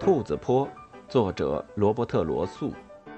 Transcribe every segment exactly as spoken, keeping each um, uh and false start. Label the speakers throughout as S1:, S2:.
S1: 兔子坡，作者罗伯特·罗素。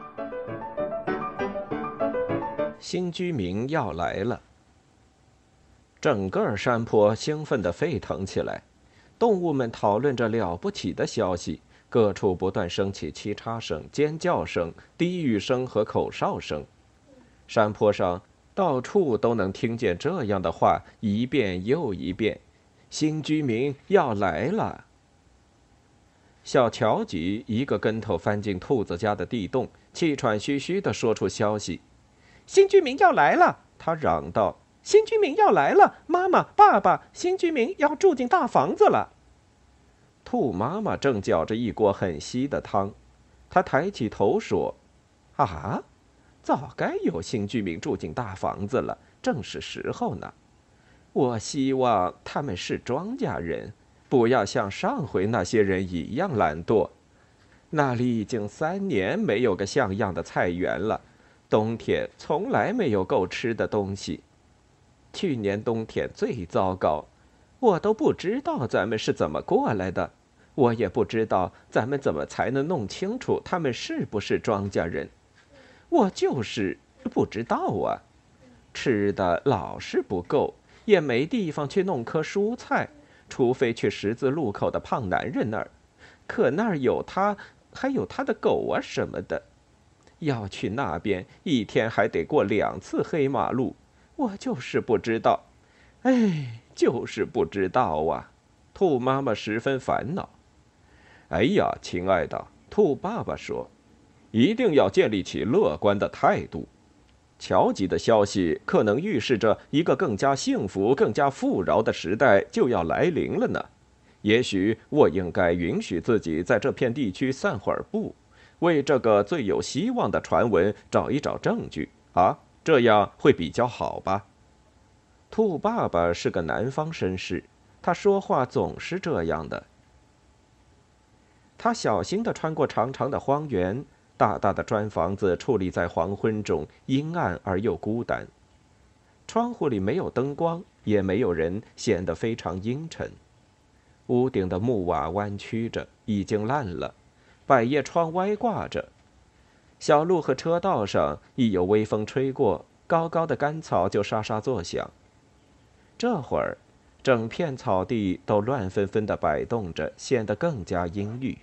S1: 新居民要来了，整个山坡兴奋地沸腾起来，动物们讨论着了不起的消息，各处不断升起叽喳声、尖叫声、低语声和口哨声。山坡上到处都能听见这样的话，一遍又一遍：新居民要来了。小乔吉一个跟头翻进兔子家的地洞，气喘吁吁地说出消息：新居民要来了！他嚷道：新居民要来了！妈妈、爸爸，新居民要住进大房子了。兔妈妈正搅着一锅很稀的汤，她抬起头说：啊，早该有新居民住进大房子了，正是时候呢。我希望他们是庄稼人，不要像上回那些人一样懒惰。那里已经三年没有个像样的菜园了，冬天从来没有够吃的东西。去年冬天最糟糕，我都不知道咱们是怎么过来的，我也不知道咱们怎么才能弄清楚他们是不是庄稼人。我就是不知道啊，吃的老是不够，也没地方去弄棵蔬菜，除非去十字路口的胖男人那儿，可那儿有他，还有他的狗啊什么的。要去那边，一天还得过两次黑马路，我就是不知道，哎，就是不知道啊。兔妈妈十分烦恼。哎呀，亲爱的，兔爸爸说，一定要建立起乐观的态度。乔吉的消息可能预示着一个更加幸福、更加富饶的时代就要来临了呢。也许我应该允许自己在这片地区散会儿步，为这个最有希望的传闻找一找证据啊，这样会比较好吧？兔爸爸是个南方绅士，他说话总是这样的。他小心地穿过长长的荒原，大大的砖房子矗立在黄昏中，阴暗而又孤单。窗户里没有灯光，也没有人，显得非常阴沉。屋顶的木瓦弯曲着，已经烂了，百叶窗歪挂着。小路和车道上一有微风吹过，高高的干草就沙沙作响。这会儿，整片草地都乱纷纷地摆动着，显得更加阴郁。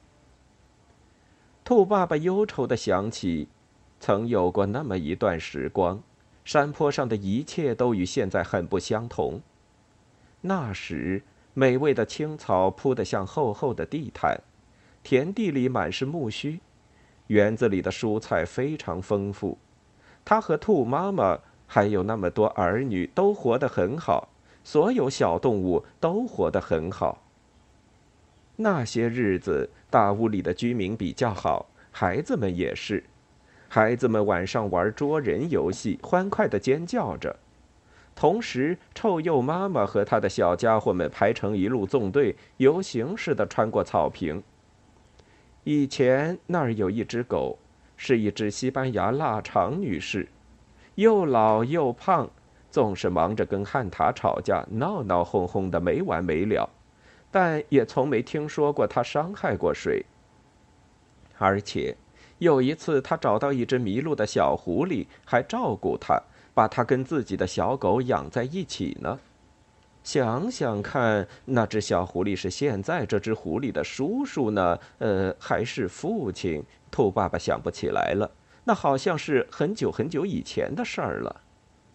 S1: 兔爸爸忧愁地想起，曾有过那么一段时光，山坡上的一切都与现在很不相同。那时，美味的青草铺得像厚厚的地毯，田地里满是苜蓿，园子里的蔬菜非常丰富。他和兔妈妈还有那么多儿女都活得很好，所有小动物都活得很好。那些日子，大屋里的居民比较好，孩子们也是。孩子们晚上玩捉人游戏，欢快地尖叫着。同时，臭鼬妈妈和她的小家伙们排成一路纵队，游行似的穿过草坪。以前那儿有一只狗，是一只西班牙腊肠女士，又老又胖，总是忙着跟汉塔吵架，闹闹哄哄的没完没了。但也从没听说过他伤害过谁。而且，有一次他找到一只迷路的小狐狸，还照顾它，把它跟自己的小狗养在一起呢。想想看，那只小狐狸是现在这只狐狸的叔叔呢，呃，还是父亲？兔爸爸想不起来了，那好像是很久很久以前的事儿了。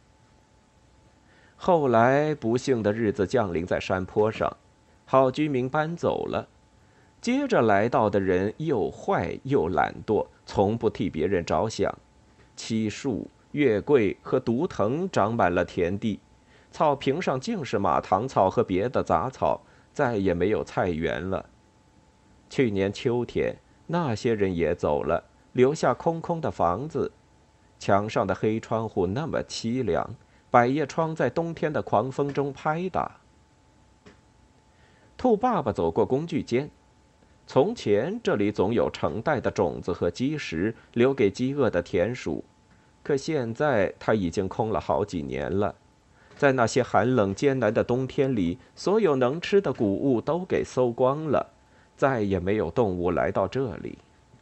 S1: 后来，不幸的日子降临在山坡上。好居民搬走了，接着来到的人又坏又懒惰，从不替别人着想。漆树、月桂和毒藤长满了田地，草坪上尽是马唐草和别的杂草，再也没有菜园了。去年秋天，那些人也走了，留下空空的房子，墙上的黑窗户那么凄凉，百叶窗在冬天的狂风中拍打。兔爸爸走过工具间，从前这里总有成袋的种子和基石留给饥饿的田鼠，可现在它已经空了好几年了。在那些寒冷艰难的冬天里，所有能吃的谷物都给搜光了， 再也没有动物来到这里。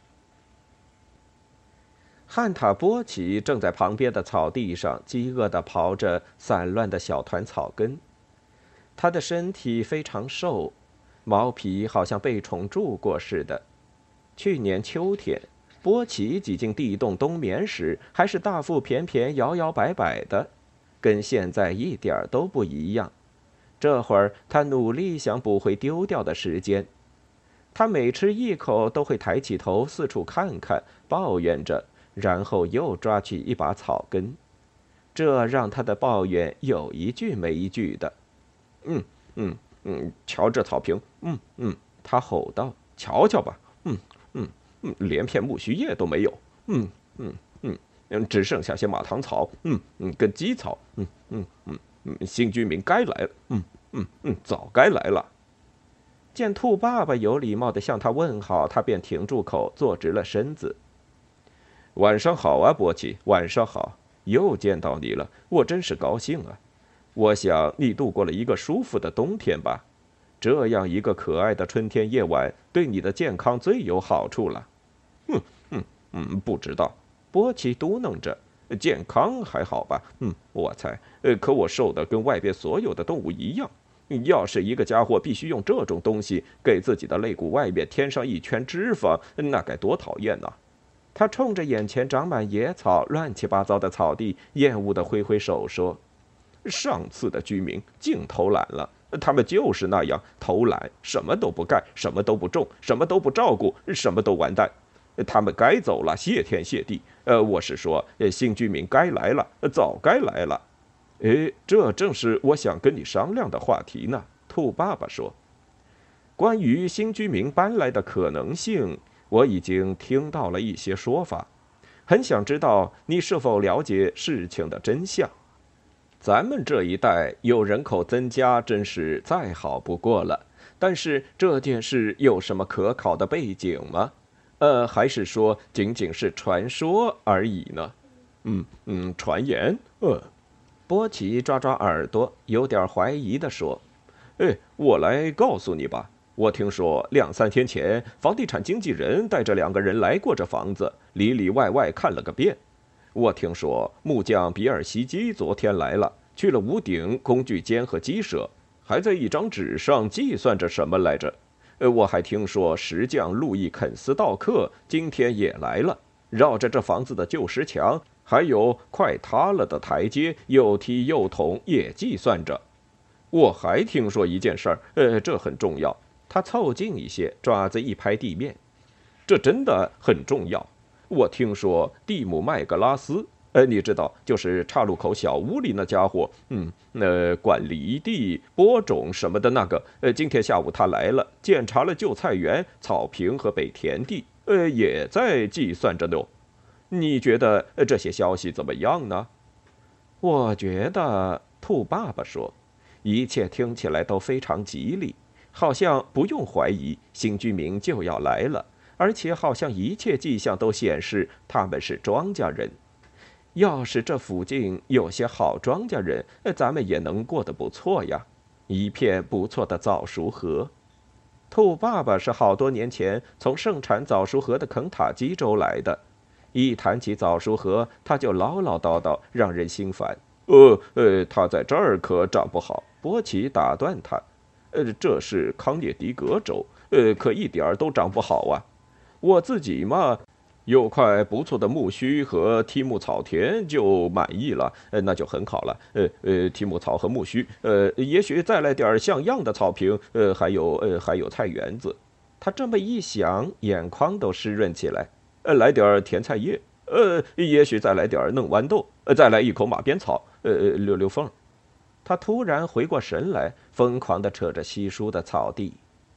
S1: 汉塔波奇正在旁边的草地上饥饿地刨着散乱的小团草根。他的身体非常瘦，毛皮好像被虫蛀过似的。去年秋天，波奇挤进地洞冬眠时，还是大腹便便、摇摇摆摆的，跟现在一点都不一样。这会儿，他努力想补回丢掉的时间。他每吃一口，都会抬起头四处看看，抱怨着。然后又抓起一把草根，这让他的抱怨有一句没一句的。嗯嗯嗯，瞧这草坪，嗯嗯，他吼道：“瞧瞧吧，嗯嗯嗯，连片苜蓿叶都没有，嗯嗯嗯嗯，只剩下些马唐草，嗯嗯，跟鸡草，嗯嗯嗯嗯，新居民该来了，嗯嗯嗯，早该来了。”见兔爸爸有礼貌地向他问好，他便停住口，坐直了身子。晚上好啊，波奇，晚上好，又见到你了，我真是高兴啊！我想你度过了一个舒服的冬天吧？这样一个可爱的春天夜晚，对你的健康最有好处了。嗯嗯嗯，不知道，波奇嘟囔着，健康还好吧？嗯，我猜，呃，可我瘦的跟外边所有的动物一样。要是一个家伙必须用这种东西给自己的肋骨外面添上一圈脂肪，那该多讨厌呐！他冲着眼前长满野草、乱七八糟的草地，厌恶地挥挥手说：“上次的居民净偷懒了，他们就是那样偷懒，什么都不干，什么都不种，什么都不照顾，什么都完蛋。他们该走了，谢天谢地。呃，我是说，新居民该来了，早该来了。诶，这正是我想跟你商量的话题呢。”兔爸爸说：“关于新居民搬来的可能性。”我已经听到了一些说法，很想知道你是否了解事情的真相。咱们这一代有人口增加，真是再好不过了。但是这件事有什么可考的背景吗？呃，还是说仅仅是传说而已呢？嗯嗯，传言。呃，波奇抓抓耳朵，有点怀疑地说：“哎，我来告诉你吧。我听说两三天前，房地产经纪人带着两个人来过这房子，里里外外看了个遍。我听说木匠比尔西基昨天来了，去了屋顶、工具间和鸡舍，还在一张纸上计算着什么来着。呃，我还听说石匠路易肯斯道克今天也来了，绕着这房子的旧石墙，还有快塌了的台阶，又梯又筒也计算着。我还听说一件事儿，呃，这很重要。”他凑近一些，爪子一拍地面，这真的很重要。我听说蒂姆·麦格拉斯，呃，你知道，就是岔路口小屋里那家伙，嗯，呃，管犁地、播种什么的那个，呃，今天下午他来了，检查了旧菜园、草坪和北田地，呃，也在计算着呢。你觉得这些消息怎么样呢？我觉得，兔爸爸说，一切听起来都非常吉利。好像不用怀疑，新居民就要来了，而且好像一切迹象都显示他们是庄稼人。要是这附近有些好庄稼人，咱们也能过得不错呀，一片不错的早熟河。兔爸爸是好多年前从盛产早熟河的肯塔基州来的，一谈起早熟河，他就唠唠叨叨，让人心烦。呃呃，他在这儿可长不好。波奇打断他。呃，这是康涅狄格州，呃，可一点儿都长不好啊。我自己嘛，有块不错的苜蓿和梯木草田就满意了，呃，那就很好了。呃呃，梯木草和苜蓿，呃，也许再来点像样的草坪，呃，还有呃还有菜园子。他这么一想，眼眶都湿润起来。呃，来点甜菜叶，呃，也许再来点嫩豌豆，呃，再来一口马鞭草，呃，溜溜缝。他突然回过神来，疯狂地扯着稀疏的草地。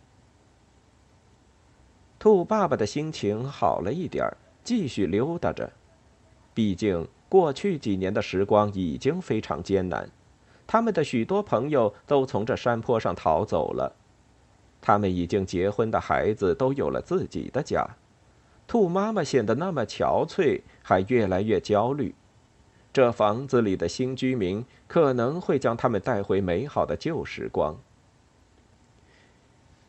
S1: 兔爸爸的心情好了一点儿，继续溜达着。毕竟过去几年的时光已经非常艰难，他们的许多朋友都从这山坡上逃走了。他们已经结婚的孩子都有了自己的家。兔妈妈显得那么憔悴，还越来越焦虑。这房子里的新居民可能会将他们带回美好的旧时光。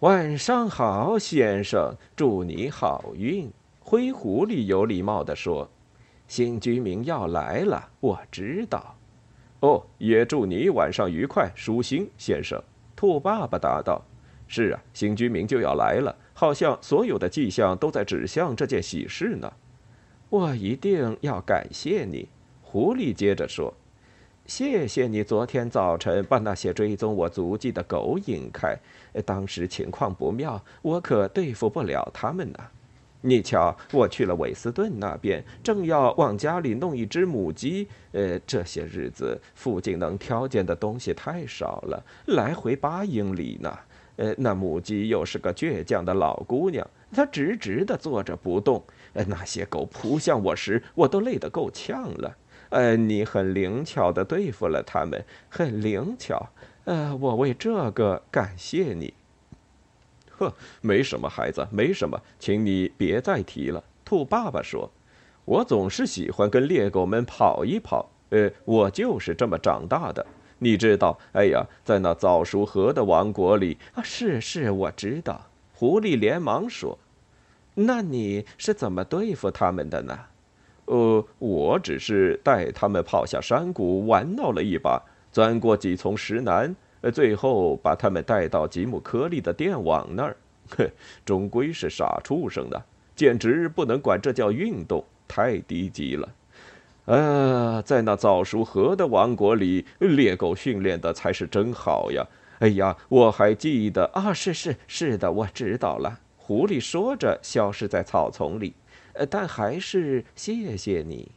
S1: 晚上好，先生，祝你好运。灰狐狸有礼貌地说：“新居民要来了，我知道。”哦，也祝你晚上愉快，舒心先生。兔爸爸答道：“是啊，新居民就要来了，好像所有的迹象都在指向这件喜事呢。”我一定要感谢你，狐狸接着说。谢谢你昨天早晨把那些追踪我足迹的狗引开，当时情况不妙，我可对付不了他们呢。你瞧，我去了韦斯顿那边，正要往家里弄一只母鸡。呃，这些日子附近能挑拣的东西太少了，来回八英里呢。呃，那母鸡又是个倔强的老姑娘，她直直地坐着不动。呃，那些狗扑向我时，我都累得够呛了。呃，你很灵巧地对付了他们，很灵巧。呃，我为这个感谢你。呵，没什么，孩子，没什么，请你别再提了。兔爸爸说：“我总是喜欢跟猎狗们跑一跑。呃，我就是这么长大的。你知道，哎呀，在那早熟河的王国里啊，是是，我知道。”狐狸连忙说：“那你是怎么对付他们的呢？”呃，我只是带他们跑下山谷，玩闹了一把，钻过几丛石楠，最后把他们带到吉姆科利的电网那儿。哼，终归是傻畜生的，简直不能管这叫运动，太低级了。呃，在那早熟河的王国里，猎狗训练的才是真好呀！哎呀，我还记得啊，是是是的，我知道了。狐狸说着，消失在草丛里。呃，但还是谢谢你。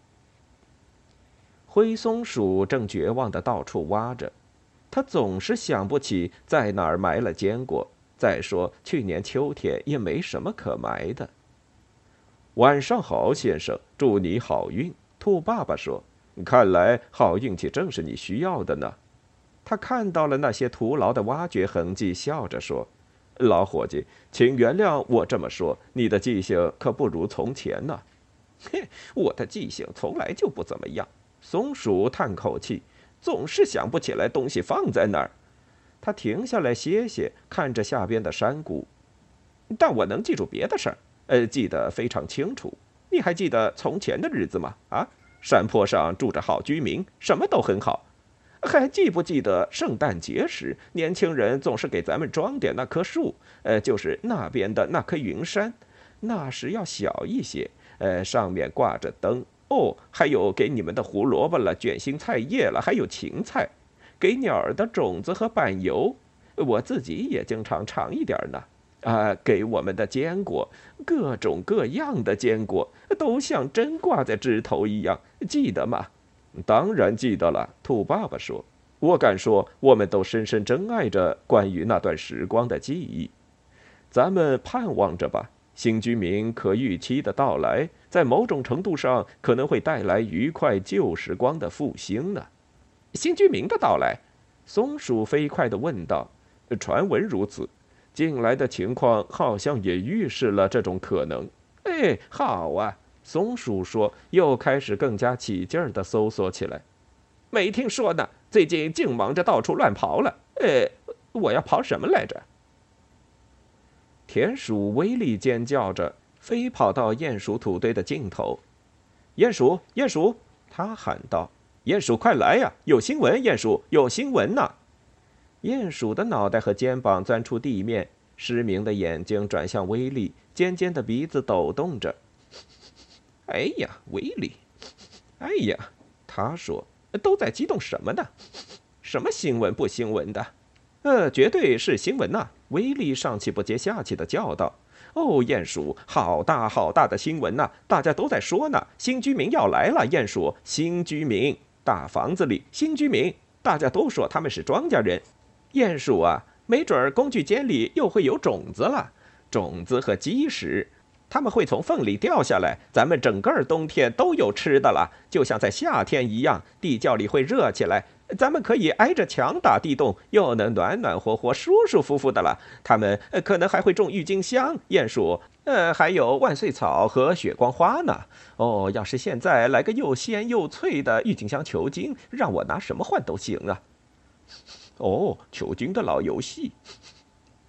S1: 灰松鼠正绝望地到处挖着，它总是想不起在哪儿埋了坚果。再说，去年秋天也没什么可埋的。晚上好，先生，祝你好运。兔爸爸说：“看来好运气正是你需要的呢。”他看到了那些徒劳的挖掘痕迹，笑着说：“老伙计，请原谅我这么说，你的记性可不如从前呢。”“嘿，我的记性从来就不怎么样。”松鼠叹口气，总是想不起来东西放在哪儿。他停下来歇歇，看着下边的山谷。“但我能记住别的事儿，呃，记得非常清楚。你还记得从前的日子吗？啊，山坡上住着好居民，什么都很好。还记不记得圣诞节时，年轻人总是给咱们装点那棵树，呃，就是那边的那棵云杉。那时要小一些，呃，上面挂着灯。哦，还有给你们的胡萝卜了、卷心菜叶了，还有芹菜，给鸟儿的种子和板油，我自己也经常尝一点呢。啊，给我们的坚果，各种各样的坚果，都像针挂在枝头一样，记得吗？”“当然记得了。”兔爸爸说。“我敢说，我们都深深珍爱着关于那段时光的记忆。咱们盼望着吧，新居民可预期的到来，在某种程度上可能会带来愉快旧时光的复兴呢。”“新居民的到来？”松鼠飞快地问道。“传闻如此，近来的情况好像也预示了这种可能。”“哎，好啊。”松鼠说，又开始更加起劲儿地搜索起来。“没听说呢，最近净忙着到处乱跑了。呃，我要跑什么来着？”田鼠威力尖叫着，飞跑到鼹鼠土堆的尽头。“鼹鼠，鼹鼠！”他喊道，“鼹鼠，快来呀！有新闻，鼹鼠，有新闻呐！”鼹鼠的脑袋和肩膀钻出地面，失明的眼睛转向威力，尖尖的鼻子抖动着。“哎呀，威力！哎呀！”他说，“都在激动什么呢？什么新闻不新闻的？呃，绝对是新闻呐！”威力上气不接下气地叫道。“哦，鼹鼠，好大好大的新闻呐！大家都在说呢，新居民要来了。鼹鼠，新居民，大房子里新居民，大家都说他们是庄稼人。鼹鼠啊，没准儿工具间里又会有种子了，种子和基石。他们会从缝里掉下来，咱们整个冬天都有吃的了，就像在夏天一样，地窖里会热起来，咱们可以挨着墙打地洞，又能暖暖和和、舒舒服服的了。他们可能还会种郁金香、鼹鼠，呃，还有万岁草和雪光花呢。哦，要是现在来个又鲜又脆的郁金香球茎，让我拿什么换都行啊。哦，球茎的老游戏。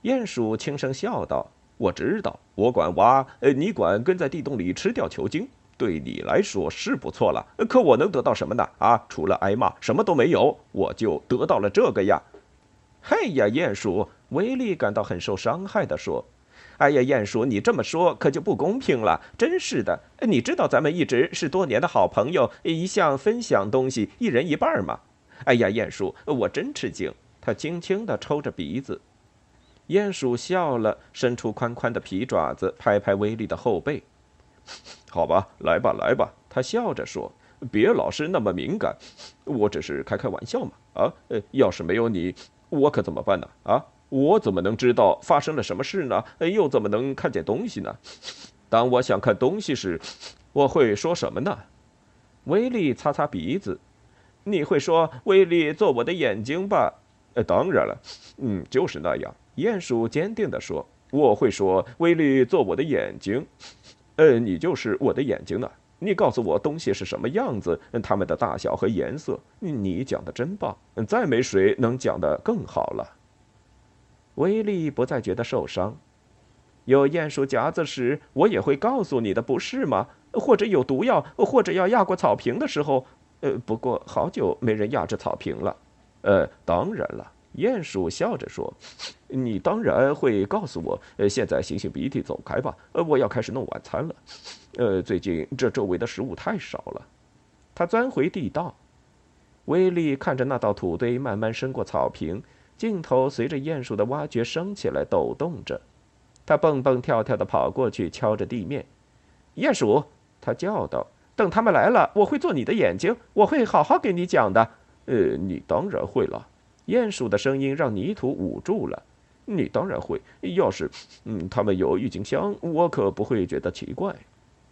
S1: 鼹鼠轻声笑道：“我知道，我管挖，呃，你管跟在地洞里吃掉球茎。对你来说是不错了，可我能得到什么呢？啊，除了挨骂，什么都没有。我就得到了这个呀。”“嘿呀，鼹鼠！”威利感到很受伤害地说。“哎呀，鼹鼠，你这么说可就不公平了，真是的。你知道咱们一直是多年的好朋友，一向分享东西，一人一半吗？哎呀，鼹鼠，我真吃惊。”他轻轻地抽着鼻子。鼹鼠笑了，伸出宽宽的皮爪子，拍拍威利的后背。“好吧，来吧，来吧。”他笑着说，“别老是那么敏感，我只是开开玩笑嘛。啊，呃，要是没有你，我可怎么办呢？啊，我怎么能知道发生了什么事呢？又怎么能看见东西呢？当我想看东西时，我会说什么呢？”威利擦擦鼻子，“你会说威利做我的眼睛吧？”“呃，当然了，嗯，就是那样。”鼹鼠坚定地说，“我会说威利做我的眼睛。呃，你就是我的眼睛呢。你告诉我东西是什么样子，它们的大小和颜色。你讲的真棒，再没谁能讲得更好了。”威利不再觉得受伤。“有鼹鼠夹子时，我也会告诉你的，不是吗？或者有毒药，或者要压过草坪的时候，呃，不过好久没人压制草坪了。”“呃，当然了。”鼹鼠笑着说，“你当然会告诉我。呃，现在擤擤鼻涕，走开吧。呃，我要开始弄晚餐了。呃，最近这周围的食物太少了。”他钻回地道。威利看着那道土堆慢慢伸过草坪，镜头随着鼹鼠的挖掘升起来，抖动着。他蹦蹦跳跳地跑过去，敲着地面。“鼹鼠！”他叫道，“等他们来了，我会做你的眼睛，我会好好给你讲的。”“呃，你当然会了。”鼹鼠的声音让泥土捂住了。“你当然会，要是，嗯，他们有郁金香，我可不会觉得奇怪。”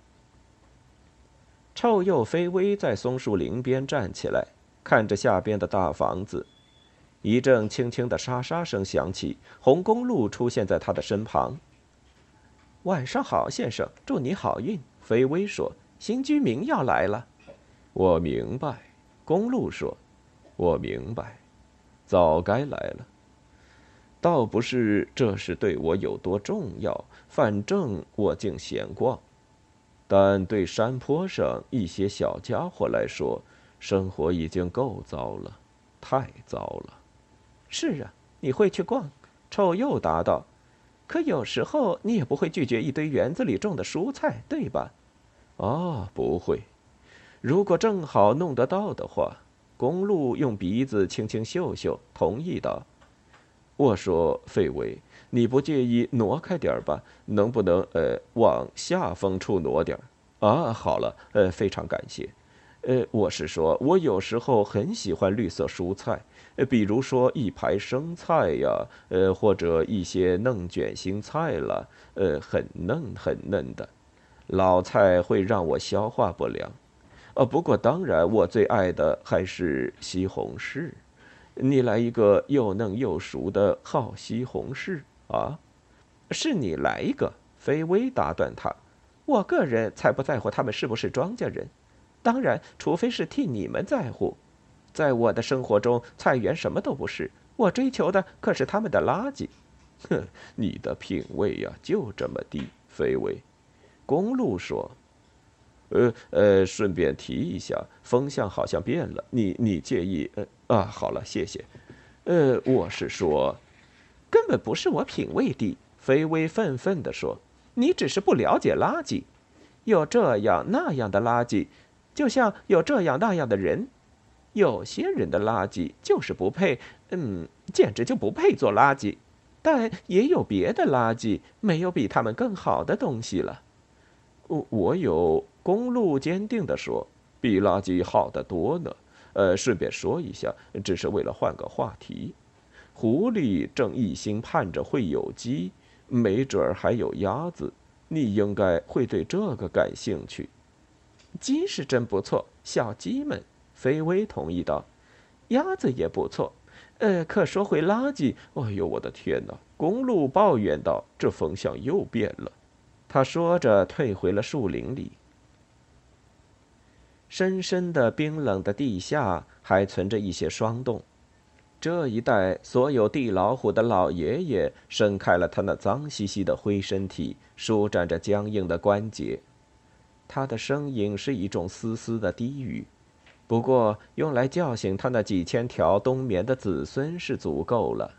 S1: 臭鼬飞威在松树林边站起来，看着下边的大房子。一阵轻轻的沙沙声响起，红公鹿出现在他的身旁。“晚上好，先生，祝你好运。”飞威说，“新居民要来了。”“我明白。”公鹿说，“我明白。早该来了。倒不是这事对我有多重要，反正我竟闲逛。但对山坡上一些小家伙来说，生活已经够糟了，太糟了。”“是啊，你会去逛。”臭鼬答道，“可有时候你也不会拒绝一堆园子里种的蔬菜，对吧？”“啊，不会。如果正好弄得到的话。”公鹿用鼻子轻轻嗅嗅，同意道：“我说，费维，你不介意挪开点儿吧？能不能呃往下风处挪点儿？”“啊，好了，呃，非常感谢。呃，我是说，我有时候很喜欢绿色蔬菜，呃，比如说一排生菜呀，呃，或者一些嫩卷心菜了，呃，很嫩很嫩的。老菜会让我消化不良。哦，不过当然，我最爱的还是西红柿。你来一个又嫩又熟的好西红柿啊？”“是你来一个。”菲薇打断他，“我个人才不在乎他们是不是庄稼人，当然，除非是替你们在乎。在我的生活中，菜园什么都不是，我追求的可是他们的垃圾。”“哼，你的品味呀，就这么低。”菲薇。公鹿说。呃呃，顺便提一下，风向好像变了，你你介意？呃啊，好了，谢谢。呃，我是说，根本不是我品味低。”菲薇愤愤地说，“你只是不了解垃圾，有这样那样的垃圾，就像有这样那样的人，有些人的垃圾就是不配，嗯，简直就不配做垃圾，但也有别的垃圾，没有比他们更好的东西了。”“我我有。”公鹿坚定地说，“比垃圾好得多呢。呃，顺便说一下，只是为了换个话题。狐狸正一心盼着会有鸡，没准儿还有鸭子，你应该会对这个感兴趣。”“鸡是真不错，小鸡们。”菲薇同意道，“鸭子也不错。呃，可说回垃圾，哎呦，我的天哪！”公鹿抱怨道，“这风向又变了。”他说着退回了树林里。深深的冰冷的地下还存着一些霜冻， 这一带所有地老虎的老爷爷伸开了他那脏兮兮的灰身体，舒展着僵硬的关节。他的声音是一种丝丝的低语，不过用来叫醒他那几千条冬眠的子孙是足够了。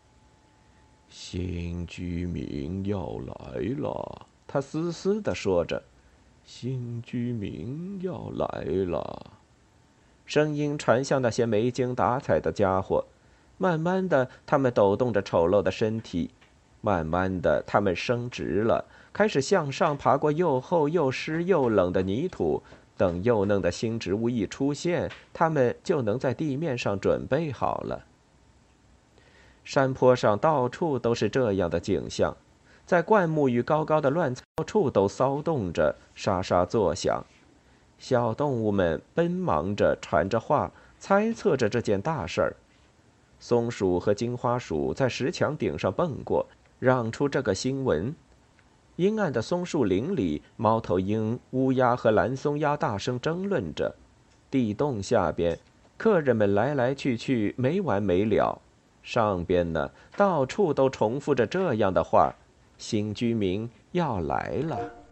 S1: 新居民要来了，他嘶嘶地说着：“新居民要来了。”声音传向那些没精打采的家伙。慢慢的，他们抖动着丑陋的身体；慢慢的，他们伸直了，开始向上爬过又厚又湿又冷的泥土。等幼嫩的新植物一出现，他们就能在地面上准备好了。山坡上到处都是这样的景象，在灌木与高高的乱草处都骚动着，沙沙作响。小动物们奔忙着，传着话，猜测着这件大事儿。松鼠和金花鼠在石墙顶上蹦过，让出这个新闻。阴暗的松树林里，猫头鹰、乌鸦和蓝松鸦大声争论着。地洞下边，客人们来来去去，没完没了。上边呢，到处都重复着这样的话：新居民要来了。